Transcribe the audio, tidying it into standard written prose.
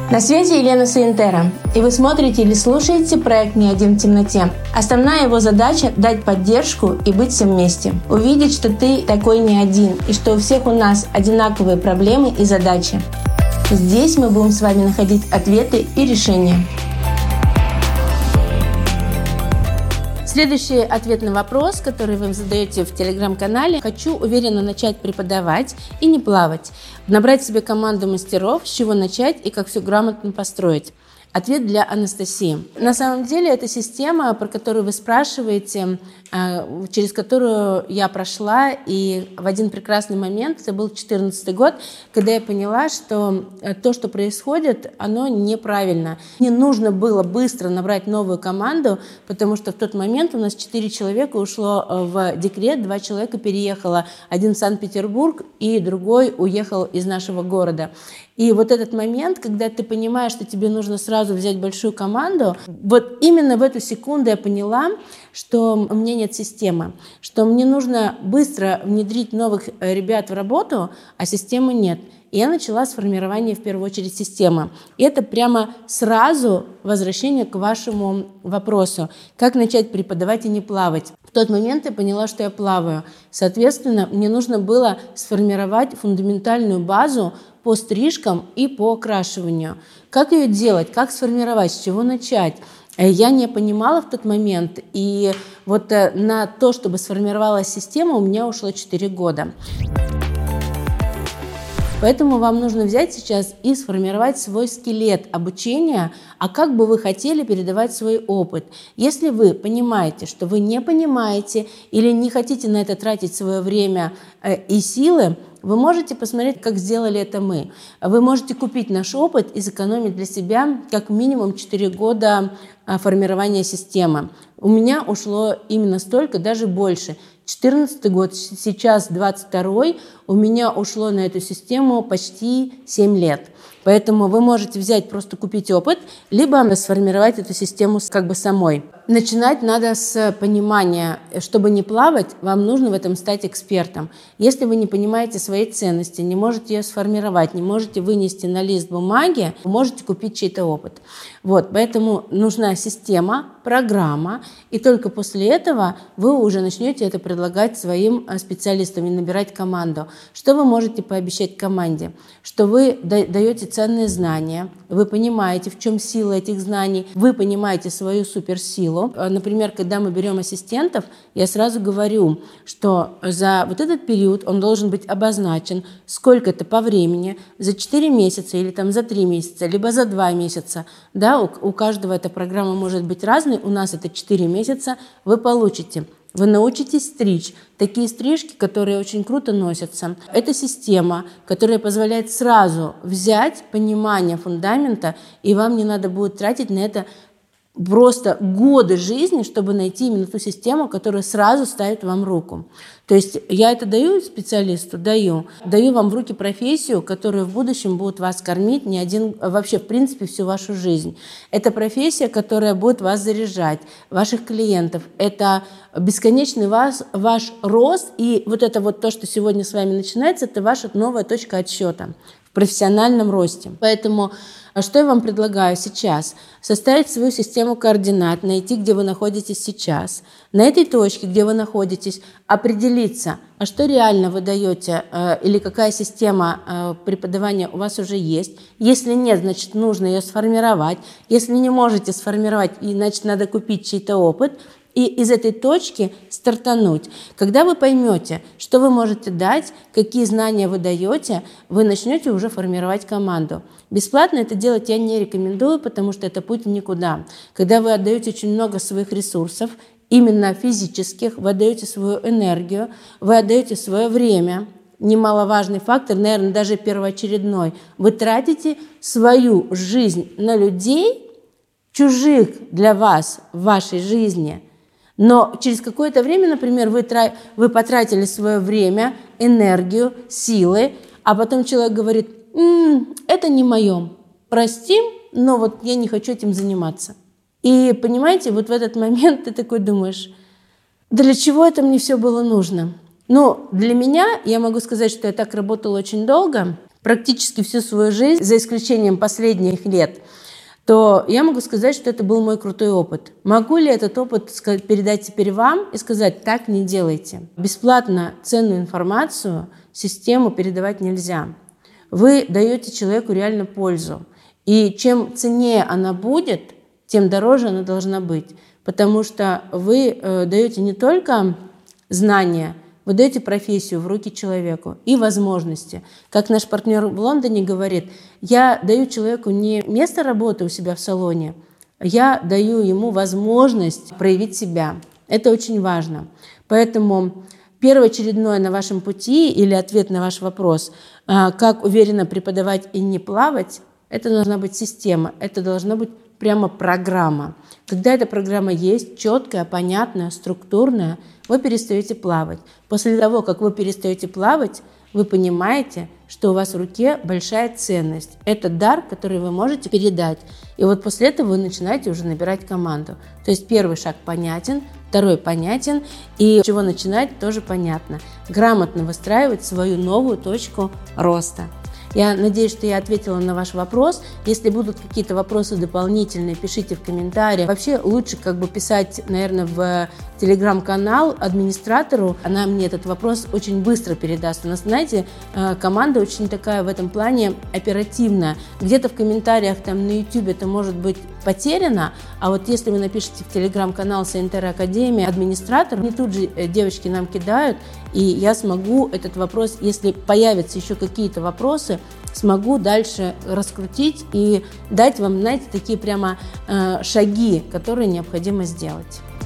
На связи Елена Суинтера, и вы смотрите или слушаете проект «Не один в темноте». Основная его задача – дать поддержку и быть всем вместе. Увидеть, что ты такой не один, и что у всех у нас одинаковые проблемы и задачи. Здесь мы будем с вами находить ответы и решения. Следующий ответ на вопрос, который вы задаете в телеграм-канале. Хочу уверенно начать преподавать и не плавать. Набрать себе команду мастеров, с чего начать и как все грамотно построить. Ответ для Анастасии. На самом деле это система, про которую вы спрашиваете, через которую я прошла, и в один прекрасный момент, это был 2014 год, когда я поняла, что то, что происходит, оно неправильно. Мне нужно было быстро набрать новую команду, потому что в тот момент у нас 4 человека ушло в декрет, 2 человека переехало, один в Санкт-Петербург и другой уехал из нашего города. И вот этот момент, когда ты понимаешь, что тебе нужно сразу взять большую команду, вот именно в эту секунду я поняла, что у меня нет системы, что мне нужно быстро внедрить новых ребят в работу, а системы нет. И я начала с формирования, в первую очередь, системы. И это прямо сразу возвращение к вашему вопросу. Как начать преподавать и не плавать? В тот момент я поняла, что я плаваю. Соответственно, мне нужно было сформировать фундаментальную базу по стрижкам и по окрашиванию. Как ее делать? Как сформировать? С чего начать? Я не понимала в тот момент. И вот на то, чтобы сформировалась система, у меня ушло 4 года. Поэтому вам нужно взять сейчас и сформировать свой скелет обучения, а как бы вы хотели передавать свой опыт. Если вы понимаете, что вы не понимаете или не хотите на это тратить свое время и силы, вы можете посмотреть, как сделали это мы. Вы можете купить наш опыт и сэкономить для себя как минимум 4 года формирования системы. У меня ушло именно столько, даже больше. 2014 год, сейчас 22-й, у меня ушло на эту систему почти 7 лет. Поэтому вы можете взять, просто купить опыт, либо сформировать эту систему как бы самой. Начинать надо с понимания. Чтобы не плавать, вам нужно в этом стать экспертом. Если вы не понимаете своей ценности, не можете ее сформировать, не можете вынести на лист бумаги, вы можете купить чей-то опыт. Вот, поэтому нужна система, программа, и только после этого вы уже начнете это предлагать своим специалистам и набирать команду. Что вы можете пообещать команде? Что вы даете ценные знания, вы понимаете, в чем сила этих знаний, вы понимаете свою суперсилу. Например, когда мы берем ассистентов, я сразу говорю, что за вот этот период он должен быть обозначен, сколько-то по времени, за 4 месяца или там за 3 месяца, либо за 2 месяца. Да, у каждого эта программа может быть разной, у нас это 4 месяца, вы получите. Вы научитесь стричь. Такие стрижки, которые очень круто носятся. Это система, которая позволяет сразу взять понимание фундамента, и вам не надо будет тратить на это просто годы жизни, чтобы найти именно ту систему, которая сразу ставит вам руку. То есть я это даю специалисту, даю вам в руки профессию, которая в будущем будет вас кормить вообще в принципе всю вашу жизнь. Это профессия, которая будет вас заряжать, ваших клиентов. Это бесконечный ваш рост, и вот это вот то, что сегодня с вами начинается, это ваша новая точка отсчета в профессиональном росте. Поэтому что я вам предлагаю сейчас? Составить свою систему координат, найти, где вы находитесь сейчас. На этой точке, где вы находитесь, определиться, а что реально вы даете или какая система преподавания у вас уже есть. Если нет, значит, нужно ее сформировать. Если не можете сформировать, значит, надо купить чей-то опыт. И из этой точки стартануть. Когда вы поймете, что вы можете дать, какие знания вы даете, вы начнете уже формировать команду. Бесплатно это делать я не рекомендую, потому что это путь в никуда. Когда вы отдаете очень много своих ресурсов, именно физических, вы отдаете свою энергию, вы отдаете свое время, немаловажный фактор, наверное, даже первоочередной, вы тратите свою жизнь на людей, чужих для вас в вашей жизни. Но через какое-то время, например, вы потратили свое время, энергию, силы, а потом человек говорит: это не мое, прости, но вот я не хочу этим заниматься. И понимаете, вот в этот момент ты такой думаешь: для чего это мне все было нужно? Ну, для меня, я могу сказать, что я так работала очень долго, практически всю свою жизнь, за исключением последних лет, то я могу сказать, что это был мой крутой опыт. Могу ли этот опыт передать теперь вам и сказать: так не делайте? Бесплатно ценную информацию, систему передавать нельзя. Вы даете человеку реально пользу. И чем ценнее она будет, тем дороже она должна быть. Потому что вы даете не только знания, вы даете профессию в руки человеку и возможности. Как наш партнер в Лондоне говорит: я даю человеку не место работы у себя в салоне, я даю ему возможность проявить себя. Это очень важно. Поэтому первоочередное на вашем пути или ответ на ваш вопрос, как уверенно преподавать и не плавать, это должна быть система, это должна быть прямо программа. Когда эта программа есть, четкая, понятная, структурная, вы перестаете плавать. После того, как вы перестаете плавать, вы понимаете, что у вас в руке большая ценность. Это дар, который вы можете передать. И вот после этого вы начинаете уже набирать команду. То есть первый шаг понятен, второй понятен, и с чего начинать тоже понятно. Грамотно выстраивать свою новую точку роста. Я надеюсь, что я ответила на ваш вопрос. Если будут какие-то вопросы дополнительные, пишите в комментариях. Вообще лучше писать, наверное, в телеграм-канал администратору. Она мне этот вопрос очень быстро передаст. У нас, знаете, команда очень такая в этом плане оперативная. Где-то в комментариях там на YouTube это может быть потеряно, а вот если вы напишите в телеграм-канал Санитера Академия администратор, они тут же девочки нам кидают, и я смогу этот вопрос, если появятся еще какие-то вопросы, смогу дальше раскрутить и дать вам, знаете, такие прямо шаги, которые необходимо сделать.